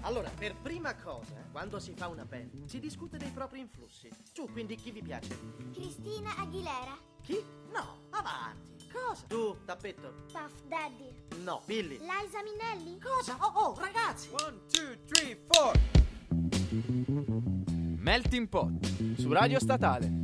Allora, per prima cosa, quando si fa una band, si discute dei propri influssi. Su, quindi chi vi piace? Cristina Aguilera. Chi? No, avanti. Cosa? Tu, Tappetto? Puff Daddy. No, Billy. Liza Minnelli. Cosa? Oh, ragazzi! 1, 2, 3, 4. Melting Pot su Radio Statale.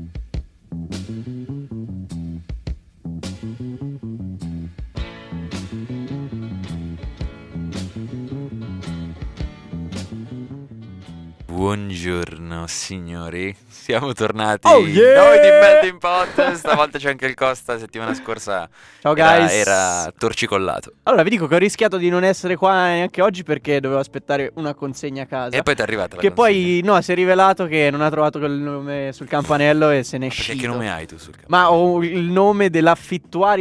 Buongiorno signori, siamo tornati. Oh, yeah! Noi di Melting Pot. Stavolta c'è anche il Costa, settimana scorsa Ciao guys. era torcicollato. Allora vi dico che ho rischiato di non essere qua neanche oggi perché dovevo aspettare una consegna a casa. E poi ti è arrivata la Che consegna. poi no, si è rivelato che non ha trovato quel nome sul campanello e se ne è Perché uscito. che nome hai tu sul campo? Ma ho il nome dell'affittuario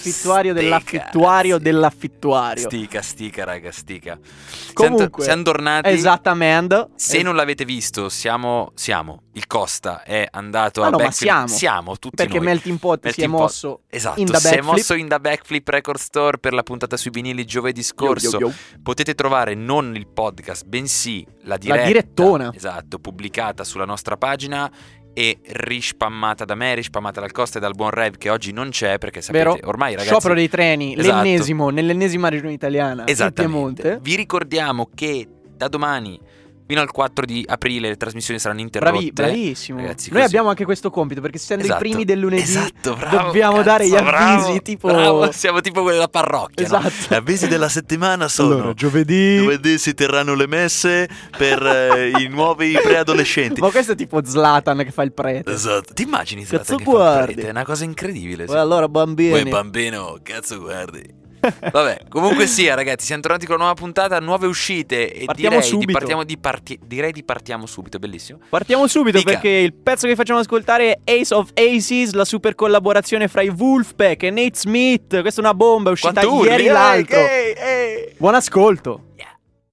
dell'affittuario. Stica raga, stica. Comunque, siamo tornati. Esattamente. Se non l'avete visto, siamo. Il Costa è andato Ma a no, ma backflip. siamo Tutti perché noi. Melting Pot si è Melting Pot. mosso Esatto, in da si è backflip. mosso in da Backflip Record Store per la puntata sui vinili giovedì scorso. Yo. Potete trovare non il podcast, bensì la diretta. La direttona. Esatto, pubblicata sulla nostra pagina e rispammata da me, rispammata dal Costa e dal buon Rev che oggi non c'è perché sapete, Vero? ormai ragazzi... Sciopero dei treni, Esatto. l'ennesimo, nell'ennesima regione italiana, in Esattamente. Piemonte. Vi ricordiamo che da domani fino al 4 di aprile le trasmissioni saranno interrotte. Bravissimo. Ragazzi, Noi così. abbiamo anche questo compito perché essendo Esatto, i primi del lunedì esatto, bravo, dobbiamo dare gli avvisi tipo bravo, siamo tipo quelli della parrocchia, no? Esatto. Gli avvisi della settimana sono Allora, giovedì si terranno le messe per i nuovi preadolescenti. Ma questo è tipo Zlatan che fa il prete. Esatto. Ti immagini Zlatan Cazzo che fa il guardi? prete? È una cosa incredibile. E allora bambini. Uè bambino, cazzo guardi. Vabbè, comunque sia ragazzi, siamo tornati con una nuova puntata, nuove uscite e Partiamo direi subito. direi di partiamo subito, bellissimo. Partiamo subito Dica. perché il pezzo che facciamo ascoltare è Ace of Aces, la super collaborazione fra i Wolfpack e Nate Smith. Questa è una bomba, è uscita Quanto urli, ieri l'altro. ehi. Buon ascolto. Yeah.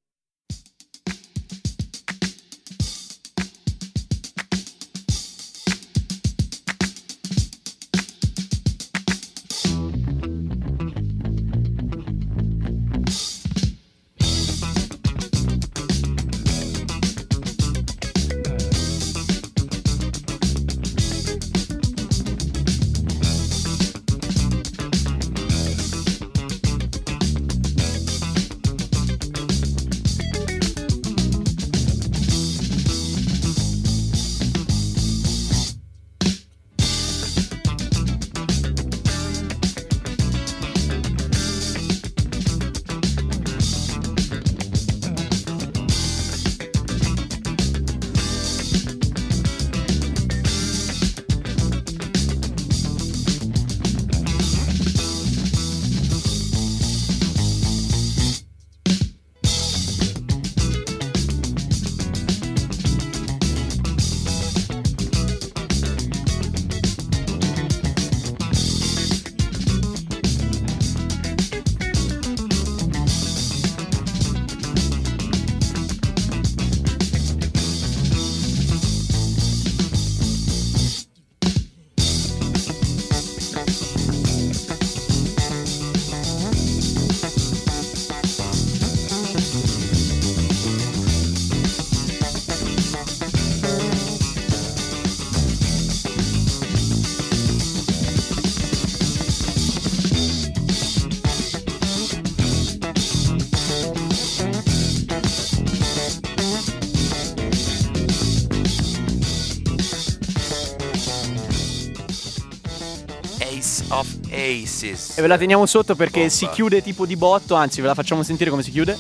Ace of Aces. E ve la teniamo sotto perché Bomba. si chiude tipo di botto, anzi ve la facciamo sentire come si chiude.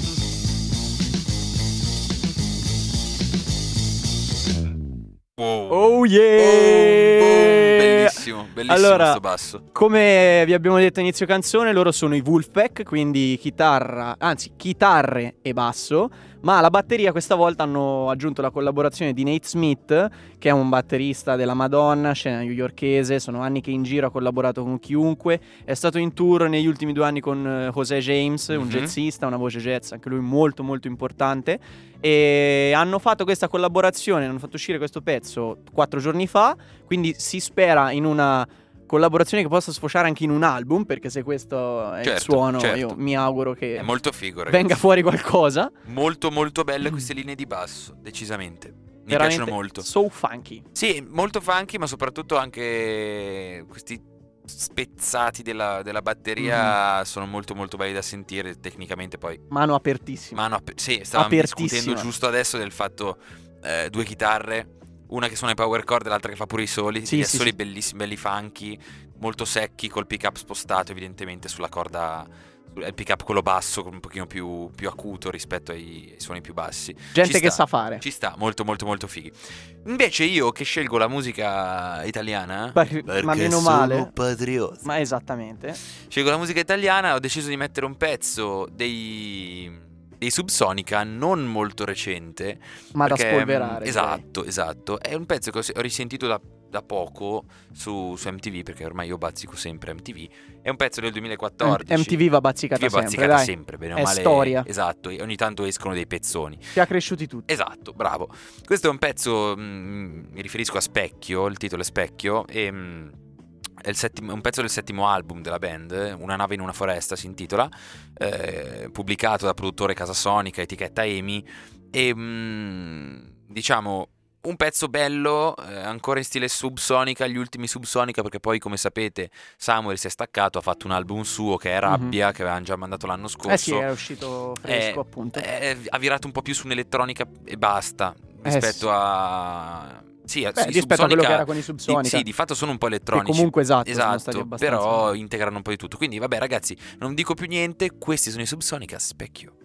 Wow. Oh yeah! Boom, bellissimo, bellissimo Allora, questo basso. come vi abbiamo detto a inizio canzone, loro sono i Wolfpack, quindi chitarre e basso, ma alla batteria questa volta hanno aggiunto la collaborazione di Nate Smith, che è un batterista della Madonna, scena newyorkese, sono anni che in giro ha collaborato con chiunque, è stato in tour negli ultimi 2 anni con José James, un jazzista, una voce jazz, anche lui molto molto importante, e hanno fatto questa collaborazione, hanno fatto uscire questo pezzo 4 giorni fa, quindi si spera in una collaborazione che possa sfociare anche in un album, perché se questo è il Certo, suono, certo. io mi auguro che È molto figo, ragazzi. venga fuori qualcosa. Molto molto belle queste linee di basso, decisamente. Mi Veramente piacciono molto. so funky. Sì, molto funky, ma soprattutto anche questi spezzati della batteria sono molto molto belli da sentire. Tecnicamente poi Mano apertissima. sì, stavamo Apertissima. discutendo giusto adesso del fatto 2 chitarre, una che suona i power chord e l'altra che fa pure i soli. Sì, Gli sì, assoli sì. bellissimi, belli funky, molto secchi, col pick up spostato evidentemente sulla corda, il pick up quello basso, un pochino più acuto rispetto ai suoni più bassi. Gente Ci che sta, sa fare. Ci sta, molto molto molto fighi. Invece io che scelgo la musica italiana, Ma meno male. sono patriota. Ma esattamente. Scelgo la musica italiana, ho deciso di mettere un pezzo dei Subsonica, non molto recente. Ma da perché, spolverare. Esatto. È un pezzo che ho risentito da poco su MTV, perché ormai io bazzico sempre MTV. È un pezzo del 2014. MTV va bazzicata sempre, dai. bene o È male. storia. Esatto, e ogni tanto escono dei pezzoni. Ti ha cresciuti tutti. Esatto, bravo. Questo è un pezzo, mi riferisco a Specchio, il titolo è Specchio, e è un pezzo del 7° album della band, Una nave in una foresta si intitola, pubblicato da produttore Casasonica, etichetta EMI, e diciamo un pezzo bello, ancora in stile Subsonica, gli ultimi Subsonica, perché poi come sapete Samuel si è staccato, ha fatto un album suo che è Rabbia, che avevano già mandato l'anno scorso. Sì, era uscito fresco, appunto. Ha virato un po' più su un'elettronica e basta, rispetto a... Sì, rispetto a quello che era con i Subsonica. Sì, di fatto sono un po' elettronici. Che comunque sono stati abbastanza... però integrano un po' di tutto. Quindi vabbè ragazzi, non dico più niente, questi sono i Subsonica, Specchio.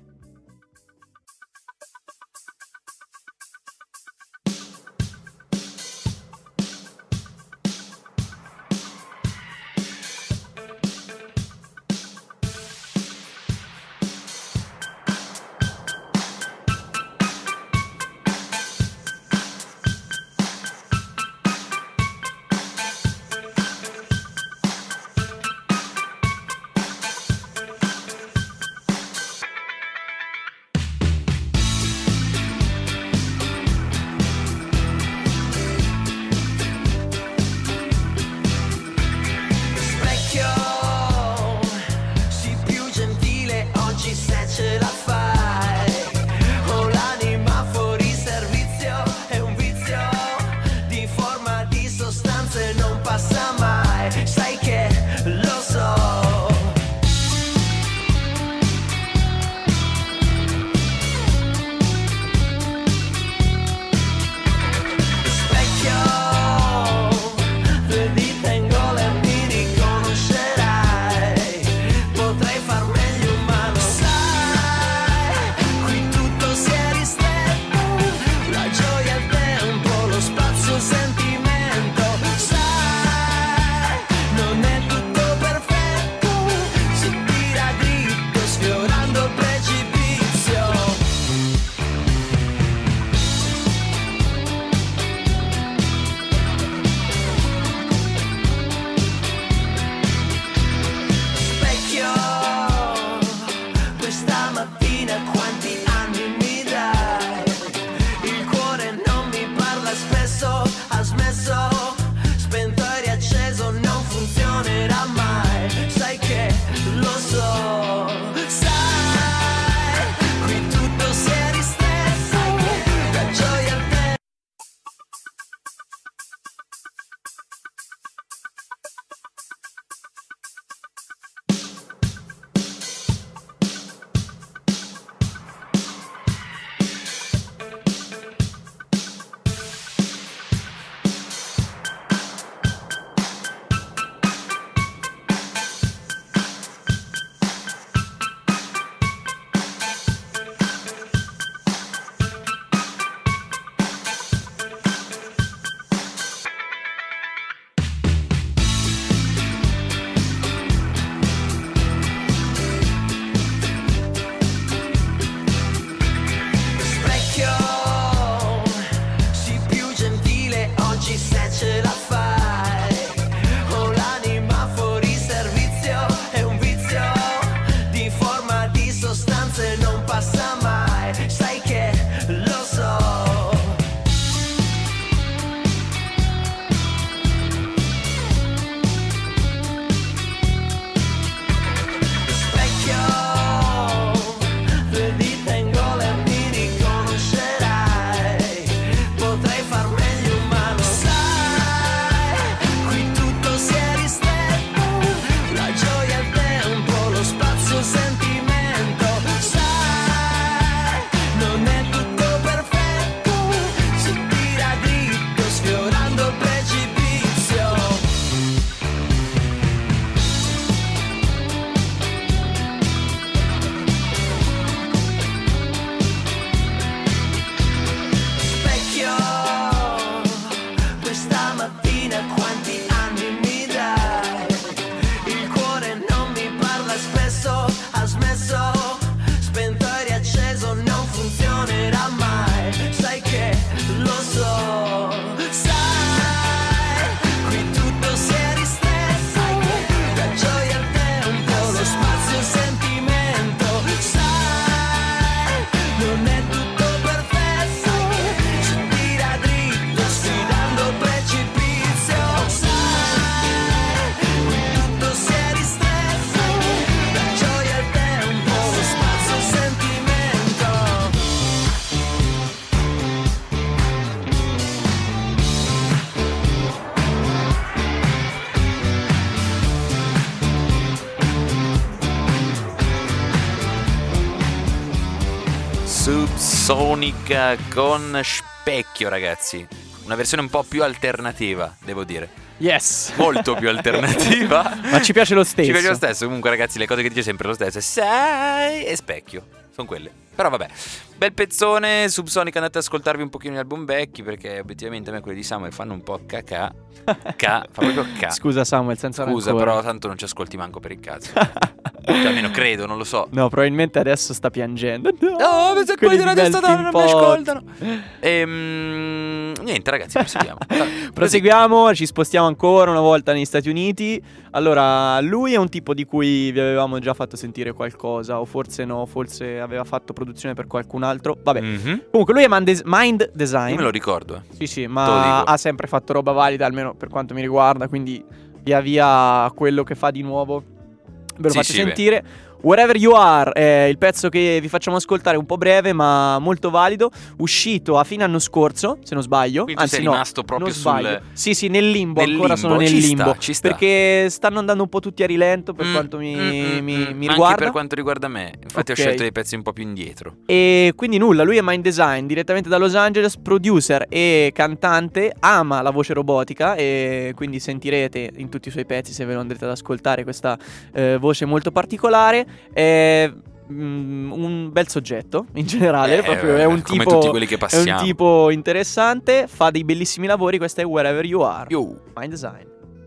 Subsonica con Specchio, ragazzi. Una versione un po' più alternativa, devo dire. Yes. Molto più alternativa. Ma ci piace lo stesso. Ci piace lo stesso. Comunque, ragazzi, le cose che dice sempre lo stesso. Sai e Specchio. Sono quelle. Però vabbè. Bel pezzone. Subsonica, andate ad ascoltarvi un pochino gli album vecchi, perché obiettivamente a me quelli di Samuel fanno un po' cacà. Fa proprio cacà. Scusa Samuel, senza Scusa, rancore. però tanto non ci ascolti manco per il cazzo. Cioè, almeno credo, non lo so. No, probabilmente adesso sta piangendo. No, questi quelli di Radio Statale non mi ascoltano. Niente, ragazzi, proseguiamo. Proseguiamo, ci spostiamo ancora una volta negli Stati Uniti. Allora, lui è un tipo di cui vi avevamo già fatto sentire qualcosa, o forse no, forse aveva fatto produzione per qualcun altro. Vabbè. Comunque lui è Mind Design. Io me lo ricordo. Sì, sì, Te lo ma dico. ha sempre fatto roba valida, almeno per quanto mi riguarda, quindi via via quello che fa di nuovo ve lo Sì, faccio sì, sentire. Wherever You Are è il pezzo che vi facciamo ascoltare, un po' breve ma molto valido, uscito a fine anno scorso, se non sbaglio. Quindi tu Anzi sei no, rimasto proprio non sbaglio. sul... Sì, sì, nel limbo, Nel ancora limbo, sono nel ci sta, limbo, ci sta. perché stanno andando un po' tutti a rilento per quanto mi Ma riguarda. anche per quanto riguarda me. Infatti Ok. ho scelto dei pezzi un po' più indietro. E quindi nulla, lui è Mind Design, direttamente da Los Angeles, producer e cantante, ama la voce robotica e quindi sentirete in tutti i suoi pezzi, se ve lo andrete ad ascoltare, questa voce molto particolare. È un bel soggetto in generale, proprio è un come tipo, tutti quelli che è passiamo. un tipo interessante, fa dei bellissimi lavori, questa è Wherever You Are, Yo. Mind Design.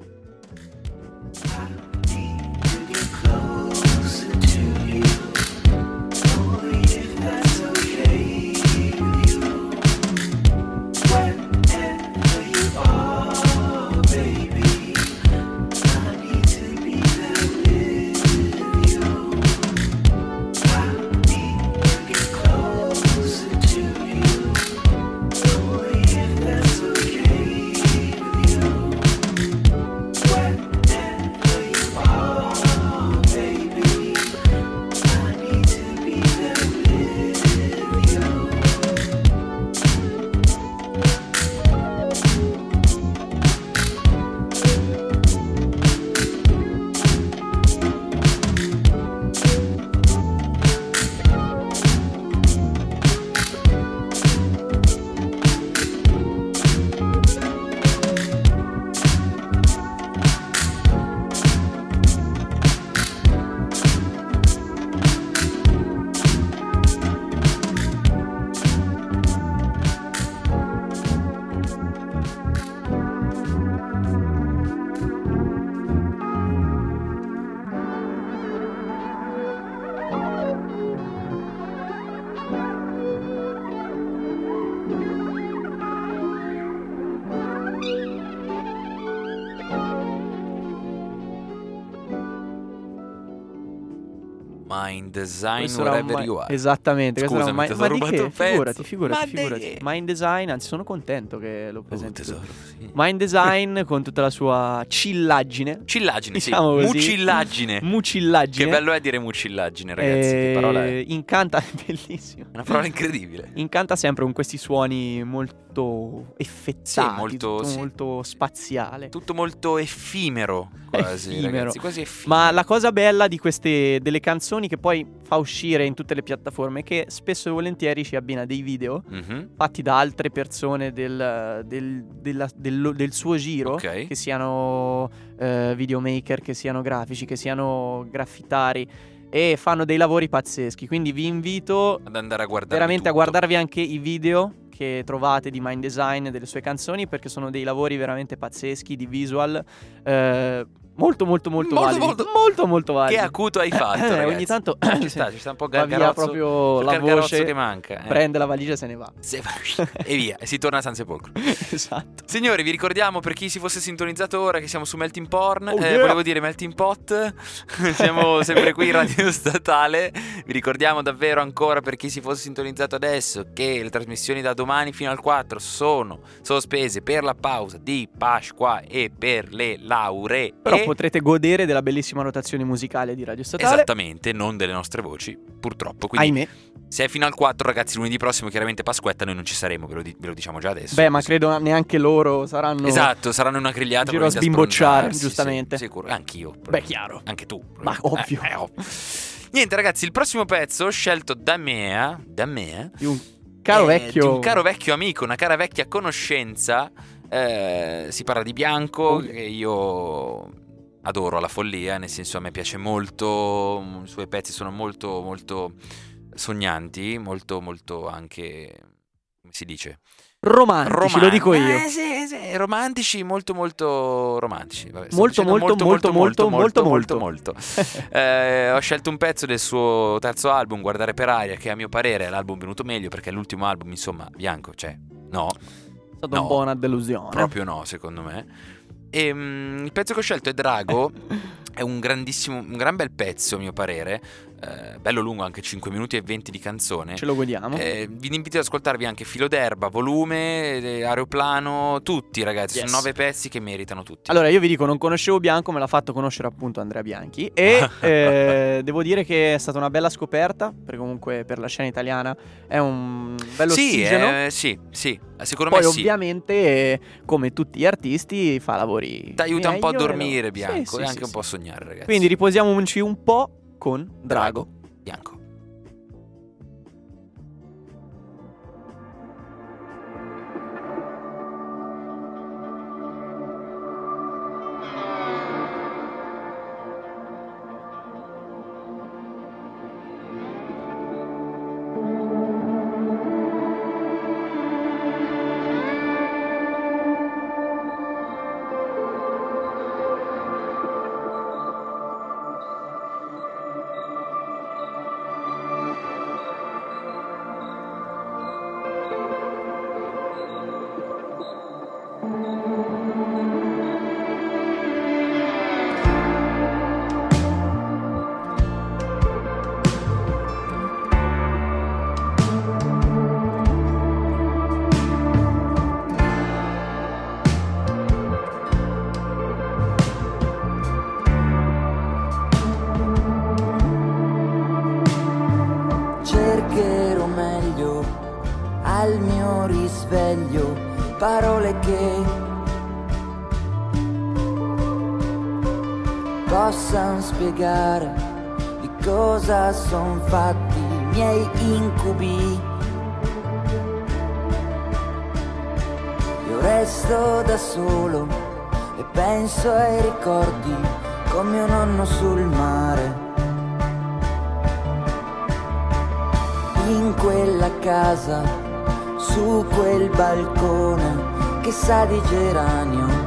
Mind Design, Questo era Wherever un You Are. Esattamente, questo era Scusami, un ti ma ho di rubato che? un pezzo. Figurati. Ma di- Mind Design, anzi sono contento che lo presenti tu. tesoro, sì. Mind Design con tutta la sua cillaggine. Cillaggine, sì. Diciamo così. Mucillaggine. Mucillaggine. Che bello è dire mucillaggine, ragazzi. Che parola è? Incanta, bellissimo. Una parola incredibile. Incanta sempre con questi suoni molto effettati, Sì, molto- tutto sì. molto spaziale. Tutto molto effimero, quasi, Effimero. ragazzi, quasi effimero. Ma la cosa bella di queste delle canzoni che poi fa uscire in tutte le piattaforme è che spesso e volentieri ci abbina dei video Mhm. fatti da altre persone del suo giro, Ok. che siano videomaker, che siano grafici, che siano graffitari, e fanno dei lavori pazzeschi. Quindi vi invito Ad andare a guardare veramente a guardarvi anche i video che trovate di Mind Design delle sue canzoni, perché sono dei lavori veramente pazzeschi di visual, molto Che validi. acuto hai fatto, ragazzi. Ogni tanto ci sta un po' va via gargarozzo. proprio c'è la il gargarozzo voce, che manca. prende la valigia e se ne va. E via, e si torna a San Sepolcro. Esatto. Signori, vi ricordiamo, per chi si fosse sintonizzato ora, che siamo su Melting Porn. Oh, yeah. Volevo dire Melting Pot. Siamo sempre qui in Radio Statale. Vi ricordiamo davvero ancora, per chi si fosse sintonizzato adesso, che le trasmissioni da domani fino al 4 sono sospese per la pausa di Pasqua e per le lauree. Però potrete godere della bellissima rotazione musicale di Radio Statale. Esattamente, non delle nostre voci, purtroppo. Quindi, Ahimè. se è fino al 4, ragazzi, lunedì prossimo, chiaramente Pasquetta, noi non ci saremo, ve lo diciamo già adesso. Beh, ma credo neanche loro saranno. Esatto, saranno una grigliata. in giro a probabilmente sbimbocciare, spronzarsi, giustamente. sì, sicuro, anch'io. Beh, chiaro. Anche tu. Ma ovvio. Ovvio. Niente ragazzi, il prossimo pezzo scelto da me Di un caro vecchio. di un caro vecchio amico, una cara vecchia conoscenza. Si parla di Bianco, che io adoro alla follia, nel senso a me piace molto, i suoi pezzi sono molto molto sognanti, molto molto anche, come si dice? Romantici, lo dico io. Sì, romantici, molto molto romantici. Vabbè, sto Molto, dicendo molto. molto. Ho scelto un pezzo del suo terzo album, Guardare per aria, che a mio parere è l'album venuto meglio, perché l'ultimo album, insomma, Bianco, cioè, no. È stata un po' una delusione. Proprio no, secondo me. E il pezzo che ho scelto è Drago. È un gran bel pezzo a mio parere, bello lungo, anche 5 minuti e 20 di canzone. Ce lo godiamo. Vi invito ad ascoltarvi anche Filo d'erba, Volume, Aeroplano, tutti ragazzi, Yes. sono 9 pezzi che meritano tutti. Allora, io vi dico, non conoscevo Bianco, me l'ha fatto conoscere appunto Andrea Bianchi. E devo dire che è stata una bella scoperta, perché comunque per la scena italiana è un bello ossigeno. Sì, secondo Poi me sì. ovviamente, come tutti gli artisti, fa lavori. Ti aiuta un po' a meglio dormire, Sì, Bianco, sì, e anche sì, un sì. po' a sognare, ragazzi. Quindi riposiamoci un po' con Drago. Bianco. Cercherò meglio al mio risveglio parole che possano spiegare di cosa son fatti i miei incubi. Io resto da solo e penso ai ricordi con mio nonno sul mare. In quella casa, su quel balcone che sa di geranio.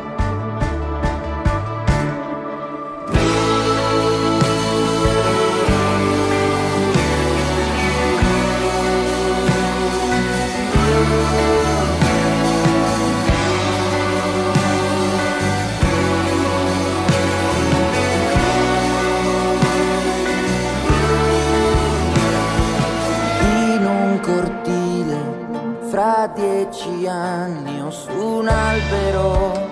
Fra 10 anni o su un albero,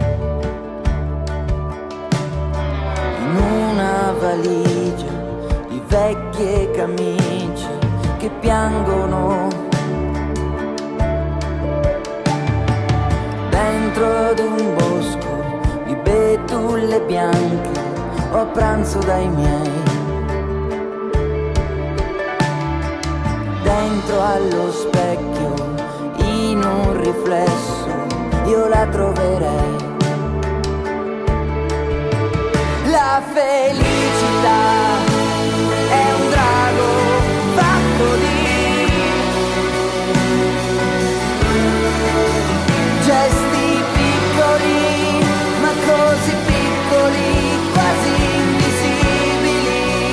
in una valigia di vecchie camicie che piangono, dentro ad un bosco di betulle bianche o a pranzo dai miei, dentro allo specchio in un riflesso io la troverei. La felicità è un drago fatto di gesti piccoli, ma così piccoli, quasi invisibili.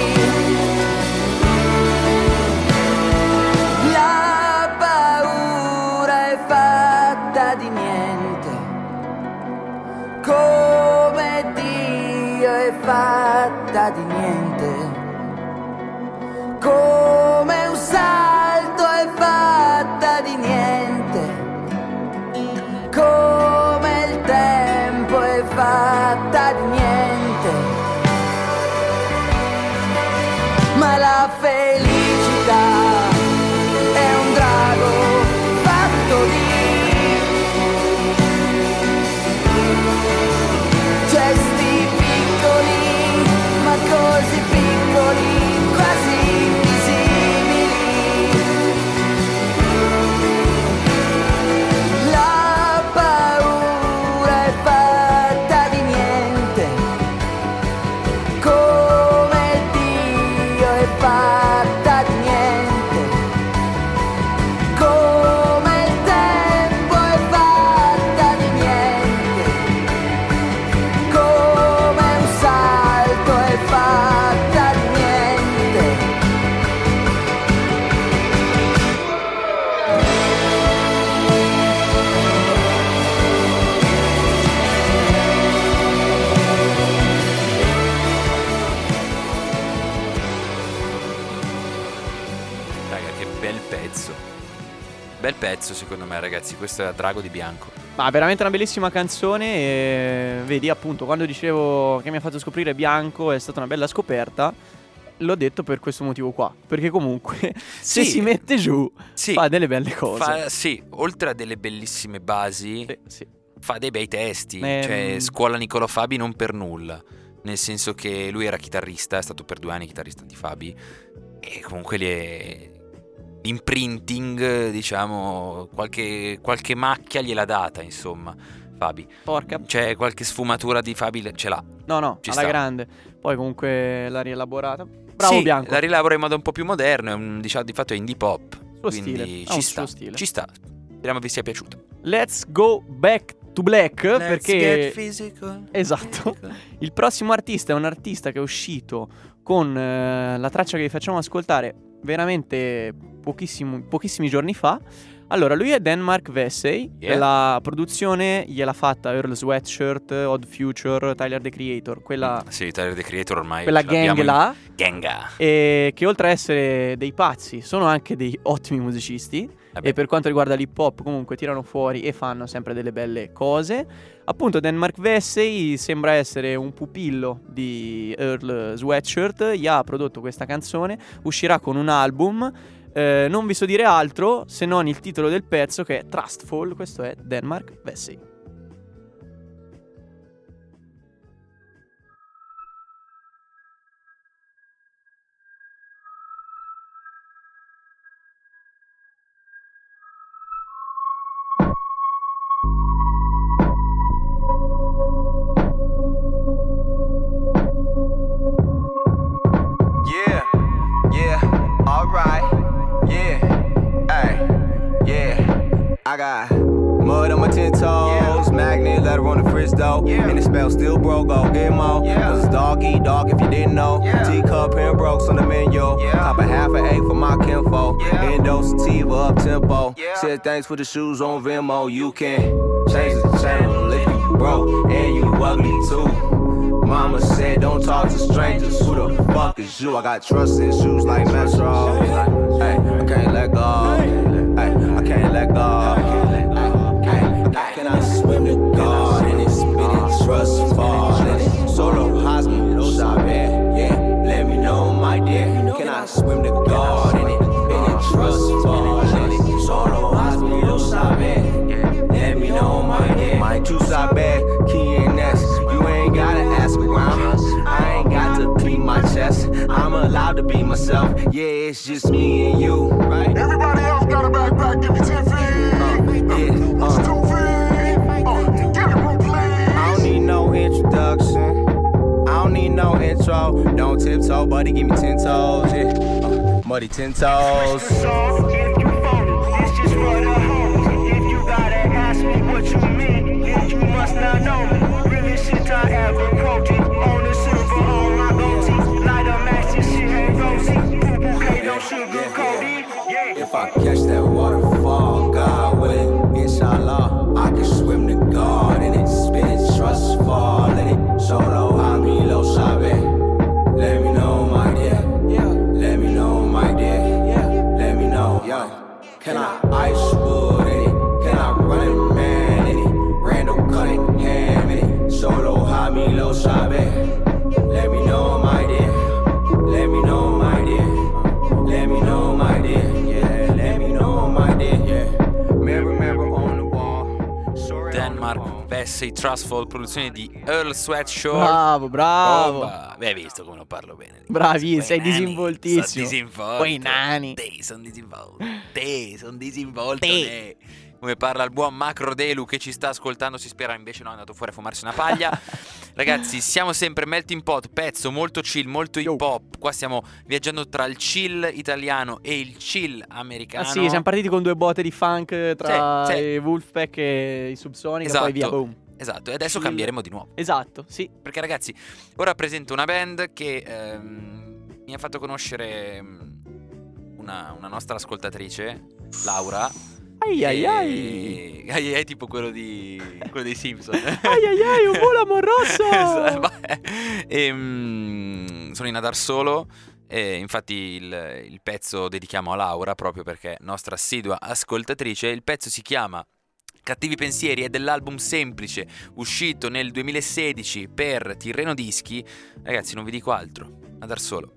La paura è fatta di niente, come Dio è fatta di niente, come usare Bel pezzo secondo me, ragazzi. Questo è Drago di Bianco. Ma veramente una bellissima canzone. E vedi, appunto, quando dicevo che mi ha fatto scoprire Bianco è stata una bella scoperta, l'ho detto per questo motivo qua. Perché comunque se si mette giù fa delle belle cose. Sì, oltre a delle bellissime basi, sì. Fa dei bei testi. Cioè, scuola Niccolò Fabi non per nulla. Nel senso che lui era chitarrista, è stato per 2 anni chitarrista di Fabi. E comunque l'imprinting, diciamo, qualche macchia gliel'ha data, insomma, Fabi. Porca. Cioè, qualche sfumatura di Fabi ce l'ha. No, ci alla sta. Grande. Poi comunque l'ha rielaborata. Bravo Bianco. La rielabora in modo un po' più moderno, diciamo, di fatto è indie pop. Suo quindi stile. ci sta. Ci sta. Speriamo vi sia piaciuto. Let's go back to black. Let's perché get physical. Esatto. Il prossimo artista è un artista che è uscito con la traccia che vi facciamo ascoltare veramente pochissimi giorni fa. Allora, lui è Denmark Vesey. La produzione gliel'ha fatta Earl Sweatshirt, Odd Future, Tyler the Creator. Quella Sì, Tyler the Creator ormai. Quella gang là. Ganga. E che oltre a essere dei pazzi sono anche dei ottimi musicisti. E per quanto riguarda l'hip hop comunque tirano fuori e fanno sempre delle belle cose. Appunto Denmark Vesey sembra essere un pupillo di Earl Sweatshirt. Gli ha prodotto questa canzone. Uscirà con un album. Non vi so dire altro se non il titolo del pezzo, che è Trustful. Questo è Denmark Vesey. I got mud on my 10 toes, magnet letter on the fridge though, and the spell still broke, go get more, cause it's dog eat dog if you didn't know, teacup Pembrokes on the menu, cop a half an egg for my kinfo, endo sativa up tempo, said thanks for the shoes on Venmo, you can change the channel if you broke, and you ugly too. Mama said don't talk to strangers, who the fuck is you? I got trust issues like Metro, hey, I can't let go, hey, I can't let go. Can I swim to God and it's spinning trust falling? Solo hospital shop, yeah, let me know my dear. Can I swim to God and it's spinning trust falling? Solo hospital shop, yeah, let me know my dear. My two side bag, key and S. You ain't gotta ask around. I ain't got to beat my chest. I'm allowed to be myself. Yeah, it's just me and you, right? Everybody else got a backpack, give me 10 feet. What's 2 feet? Give me room, please. I don't need no introduction. I don't need no intro. Don't tiptoe, buddy, give me 10 toes. Yeah, muddy 10 toes. If you phone, this just for the homies. If you gotta ask me what you mean, then you must not know me. Really shit I ever quoted. On the silver on my goatee. Light a match, this shit ain't rosy. Poo-poo K, don't sugarcoat it. Yeah. If I catch that waterfall, God willing, inshallah, I can swim to God and it's spinning trust falling. Solo a mi lo sabe. Let me know, my dear. Let me know, my dear. Let me know. Yo, can I ice wood in it? Can I run it, man, in it? Randall Cunningham in it. Solo a mi lo sabe. Let me know, my dear. Let me know, my dear. Let me know, my dear. Yeah, let me know, my dear. Yeah. Remember on the wall. Denmark Vesey, Trustful, produzione di Earl Sweatshirt. Bravo. Beh, hai visto come lo parlo bene. Bravi, sei Quei nani disinvoltissimo. Sono disinvolto. Quei nani. Te son disinvolto. Come parla il buon Macro Delu che ci sta ascoltando, si spera, invece no, è andato fuori a fumarsi una paglia. Ragazzi, siamo sempre Melting Pot, pezzo molto chill, molto hip hop. Qua stiamo viaggiando tra il chill italiano e il chill americano. Ah sì, siamo partiti con 2 botte di funk tra Sì. i Wolfpack e i Subsonic, Esatto. e poi via, boom. Esatto, e adesso Chill. cambieremo di nuovo. Esatto, sì. Perché ragazzi, ora presento una band che mi ha fatto conoscere una nostra ascoltatrice, Laura. Ai, Tipo quello dei Simpson. un volo amoroso. Sono in Adar Solo E infatti il pezzo dedichiamo a Laura, proprio perché nostra assidua ascoltatrice. Il pezzo si chiama Cattivi pensieri, è dell'album Semplice, uscito nel 2016 per Tirreno Dischi. Ragazzi, non vi dico altro, a dar solo.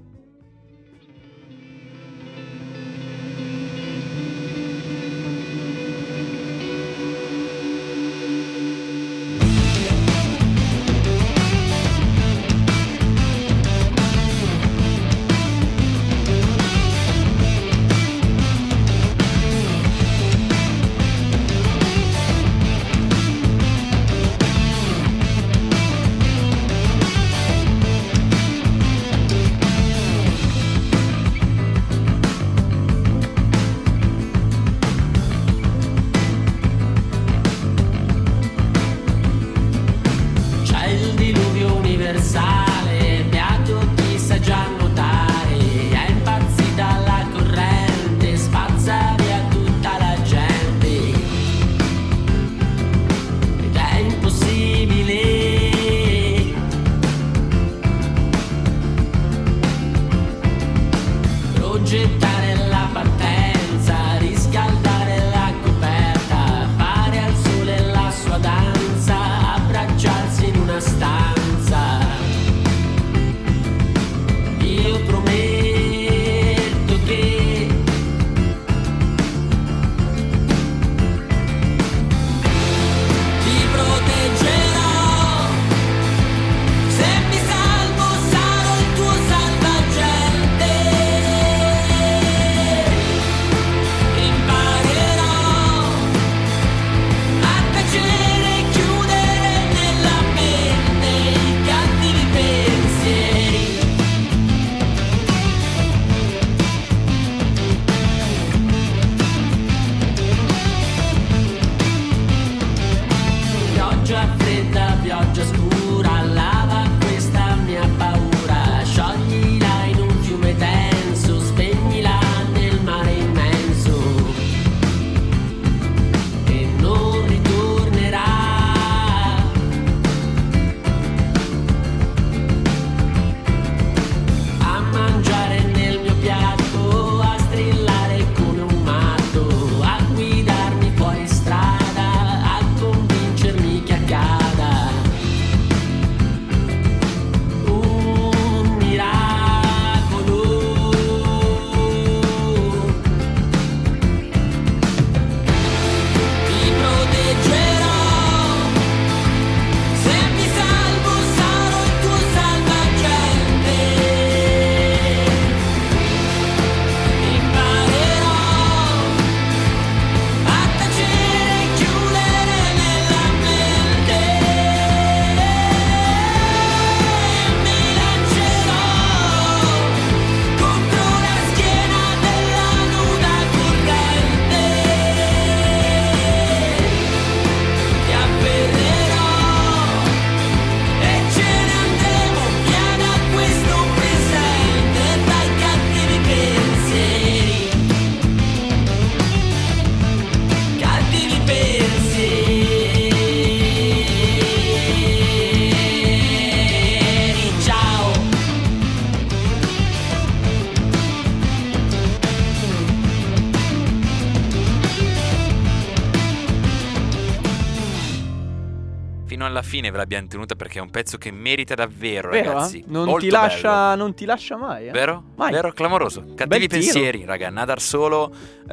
fino alla fine ve l'abbiamo tenuta perché è un pezzo che merita davvero, Vero, ragazzi. non Molto ti lascia, bello. non ti lascia mai, Vero? Mai. Vero? Clamoroso. Cattivi Bel tiro. pensieri, raga. Nadar solo.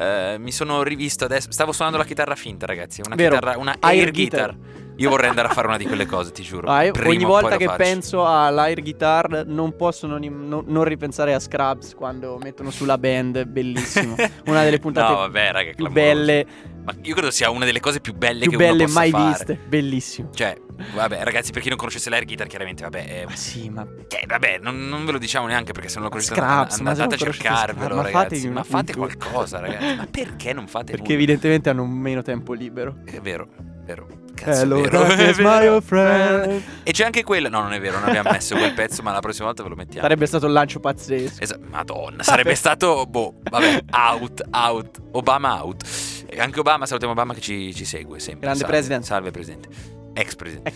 Mi sono rivisto adesso. Stavo suonando la chitarra finta, ragazzi. Una Vero. chitarra, una Air air guitar. Io vorrei andare a fare una di quelle cose, ti giuro. Prima Ogni o volta poi che lo faccio. penso all'air guitar non posso non ripensare a Scrubs quando mettono sulla band, bellissimo. Una delle puntate No, vabbè, raga, più clamoroso. belle, Ma io credo sia una delle cose più belle più che uno belle possa mai fare. viste, bellissimo. Cioè, vabbè, ragazzi, per chi non conoscesse l'air guitar, chiaramente, vabbè. Ma sì, ma Vabbè, non ve lo diciamo neanche perché se non lo conoscete Scraps, ma se andate a non conoscete cercarvelo, Scraps, ma ragazzi. fatevi Ma un fate tour. qualcosa, ragazzi. Ma perché non fate perché nulla? evidentemente hanno meno tempo libero. È vero, vero. Cazzo, Hello, è vero. darkness, È vero. my old friend. E c'è anche quello. No, non è vero, non abbiamo messo quel pezzo, ma la prossima volta ve lo mettiamo. Sarebbe stato un lancio pazzesco. Madonna, sarebbe stato, vabbè, out, Obama out. E anche Obama, salutiamo Obama che ci segue sempre. Grande Salve, president. Salve presidente. Ex presidente. Ex.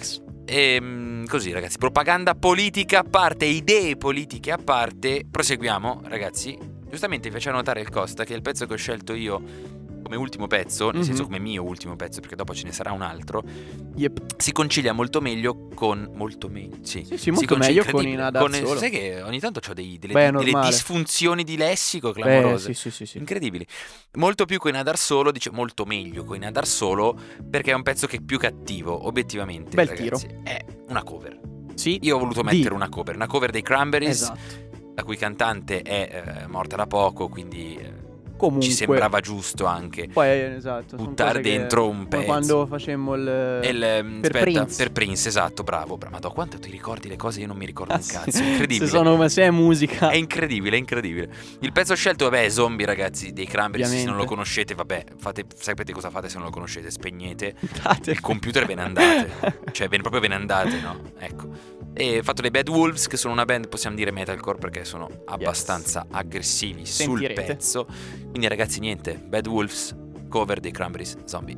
E così, ragazzi, propaganda politica a parte, idee politiche a parte, proseguiamo, ragazzi. Giustamente vi faceva notare il Costa che il pezzo che ho scelto io come ultimo pezzo, nel senso come mio ultimo pezzo, perché dopo ce ne sarà un altro, si concilia molto meglio con molto meglio, sì, molto meglio con In Adar Solo. Sai che ogni tanto ho delle disfunzioni di lessico clamorose, sì. incredibili. Molto più con In Adar Solo, dice molto meglio con In Adar Solo, perché è un pezzo che è più cattivo, obiettivamente. Bel ragazzi, tiro. è una cover. Sì, io ho voluto mettere una cover dei Cranberries, esatto, la cui cantante è morta da poco, quindi comunque ci sembrava giusto anche poi, esatto, buttare dentro un pezzo. Quando facemmo per Prince, esatto, bravo. Madonna, quanto ti ricordi le cose, io non mi ricordo un cazzo, incredibile. Se è musica è incredibile. Il pezzo scelto, vabbè, è Zombie, ragazzi, dei Cranberries. Se non lo conoscete, vabbè, sapete cosa fate se non lo conoscete? Spegnete il computer e ve ne andate. Cioè proprio ve ne andate, no? Ecco. E fatto dei Bad Wolves, che sono una band, possiamo dire metalcore, perché sono abbastanza aggressivi sul pezzo. Quindi, ragazzi, niente, Bad Wolves, cover dei Cranberries, Zombie.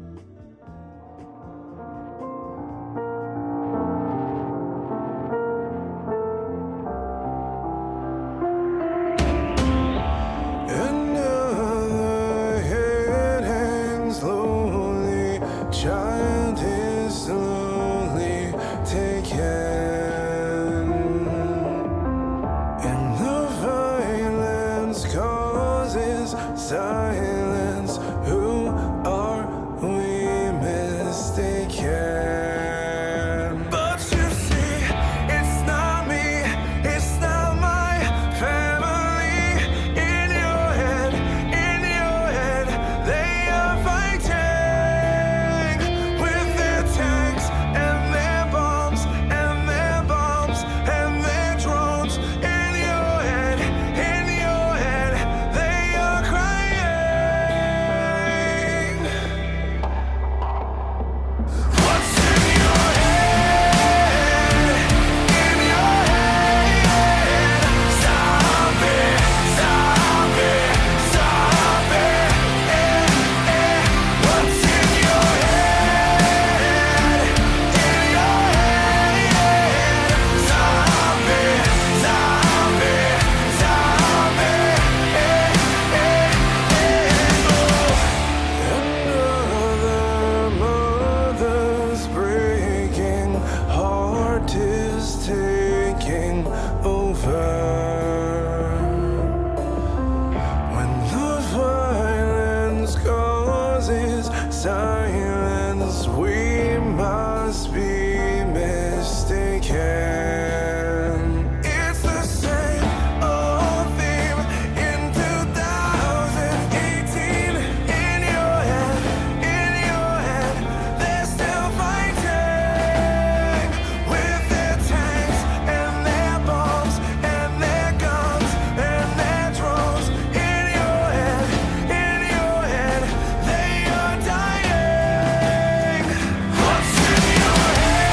Silence, who are we mistaken? But you see, it's not me, it's not my family. In your head, they are fighting with their tanks and their bombs and their bombs and their drones. In your head, they are crying. Silence, we must be mistaken. It's the same old theme in 2018. In your head, they're still fighting with their tanks and their bombs and their guns and their drones. In your head, they are dying. What's in your head?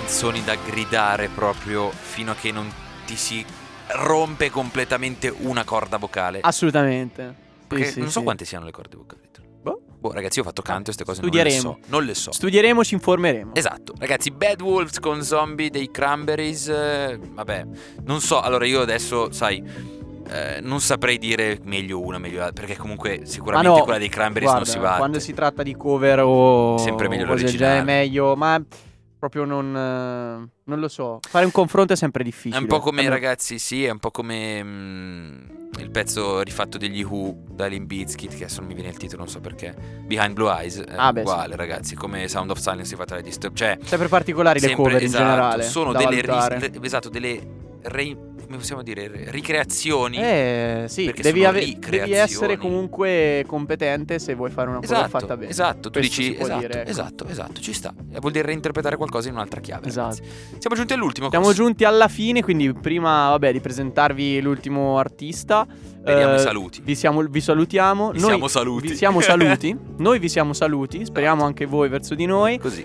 canzoni da gridare proprio fino a che non ti si rompe completamente una corda vocale. Assolutamente. Perché Sì, non so sì. quante siano le corde vocali. Boh, ragazzi, io ho fatto canto e queste cose studieremo. non le so. Studieremo, ci informeremo. Esatto, ragazzi, Bad Wolves con Zombie dei Cranberries, vabbè, non so, allora io adesso, sai, non saprei dire meglio una, meglio l'altra, perché comunque sicuramente no, quella dei Cranberries guarda, non si batte. quando si tratta di cover o Sempre meglio cose del l'originale. genere, meglio, ma proprio non lo so. Fare un confronto è sempre difficile. È un po' come, Allora, ragazzi, sì, è un po' come il pezzo rifatto degli Who da Limp Bizkit, che adesso non mi viene il titolo, non so perché, Behind Blue Eyes, è beh, uguale, ragazzi, come Sound of Silence rifatta da Disturb, cioè sempre particolari le sempre, cover in esatto, generale. sono da delle valutare. esatto, delle come possiamo dire, ricreazioni. Sì, perché devi, sono lì devi essere creazioni. comunque competente se vuoi fare una cover fatta bene. Esatto, tu Questo dici si può esatto, dire, ecco. esatto, ci sta. Vuol dire reinterpretare qualcosa in un'altra chiave. Esatto. Ragazzi. Siamo giunti all'ultimo. Siamo giunti alla fine, quindi prima, vabbè, di presentarvi l'ultimo artista. Vediamo i saluti. Vi salutiamo. Vi siamo saluti. Vi siamo saluti. Noi vi siamo saluti. Speriamo anche voi verso di noi. Così.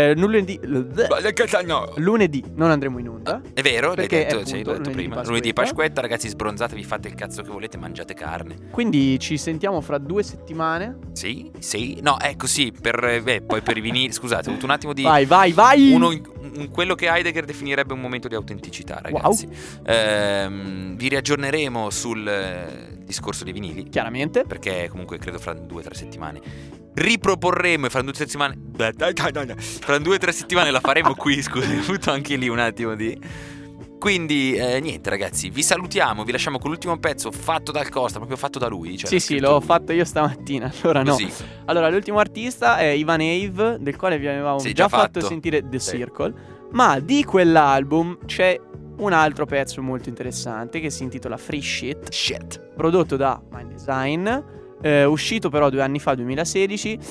Lunedì non andremo in onda. È vero, l'hai Perché detto, è sì, appunto l'ho detto lunedì prima. Lunedì Pasquetta, ragazzi, sbronzatevi, fate il cazzo che volete, mangiate carne. Quindi ci sentiamo fra 2 settimane. Sì. No, ecco sì, poi per i vinili, scusate, ho avuto un attimo di Vai. quello che Heidegger definirebbe un momento di autenticità, ragazzi. Vi riaggiorneremo sul discorso dei vinili, Chiaramente. perché comunque credo fra 2 o 3 settimane riproporremo, e fra 2 o 3 settimane fra 2 o 3 settimane la faremo qui. Scusa, ho avuto anche lì un attimo di... Quindi niente, ragazzi, vi salutiamo, vi lasciamo con l'ultimo pezzo fatto dal Costa, proprio fatto da lui, cioè Sì, l'ho fatto io stamattina. Allora no. Così. Allora, l'ultimo artista è Ivan Ave, del quale vi avevamo Sì, già già fatto fatto. sentire The Sì. Circle. Ma di quell'album c'è un altro pezzo molto interessante che si intitola Free Shit, prodotto da Mind Design, uscito però 2 anni fa, 2016.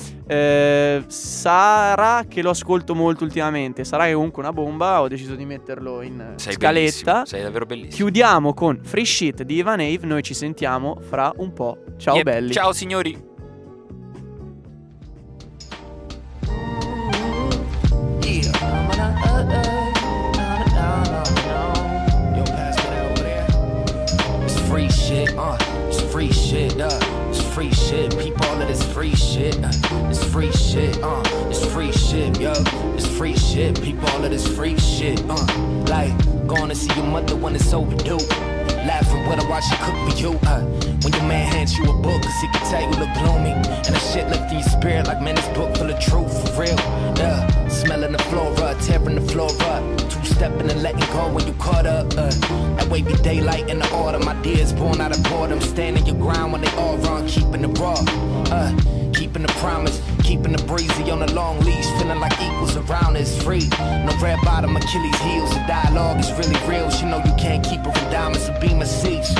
Sarà che lo ascolto molto ultimamente, sarà che comunque una bomba, ho deciso di metterlo in Sei scaletta. bellissimo, sei davvero bellissimo. Chiudiamo con Free Shit di Ivan Ave, noi ci sentiamo fra un po'. Ciao Yep. belli. Ciao signori. Yo, pass me that over there. It's free shit, it's free shit, it's free shit. Peep all of this free shit, it's free shit, it's free shit, yo. It's free shit, peep all of this free shit, like going to see your mother when it's overdue. Laughing when I watch you cook for you, when your man hands you a book, cause he can tell you look gloomy. And that shit lifting your spirit like, man, this book full of truth, for real, yeah. Smelling the flora, tearing the floor up, two-stepping and letting go when you caught up, that wavy daylight in the autumn, ideas born out of boredom, standing your ground when they all run, keeping it raw, keeping the promise, keeping the breezy on a long leash, feeling like equals around is free. No red bottom Achilles heels, the dialogue is really real. She know you can't keep her in diamonds, a beam of seats.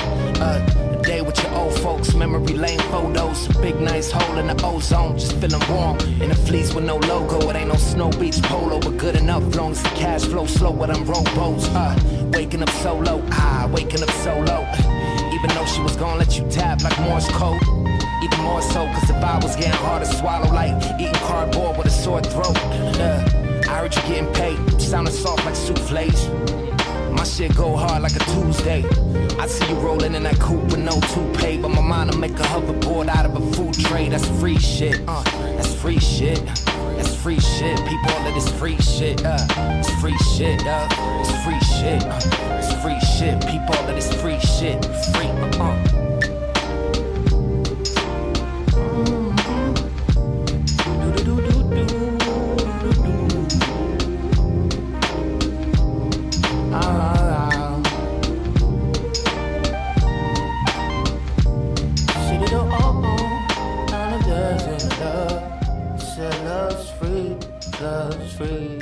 A day with your old folks, memory lane photos, a big nice hole in the ozone, just feeling warm. In a fleece with no logo, it ain't no snow beach polo, but good enough, long as the cash flow slow with them rowboats. Waking up solo, waking up solo. Even though she was gonna let you tap like Morse code. Even more so, cause the vibe was getting hard to swallow, like eating cardboard with a sore throat. I heard you getting paid, sounding soft like soufflés. My shit go hard like a Tuesday. I see you rolling in that coupe with no toupee, but my mind will make a hoverboard out of a food tray. That's free shit, that's free shit. That's free shit, people, all of this free shit, it's free shit, it's free shit, it's free shit, people, all of this free shit, free, Love's free, love's free.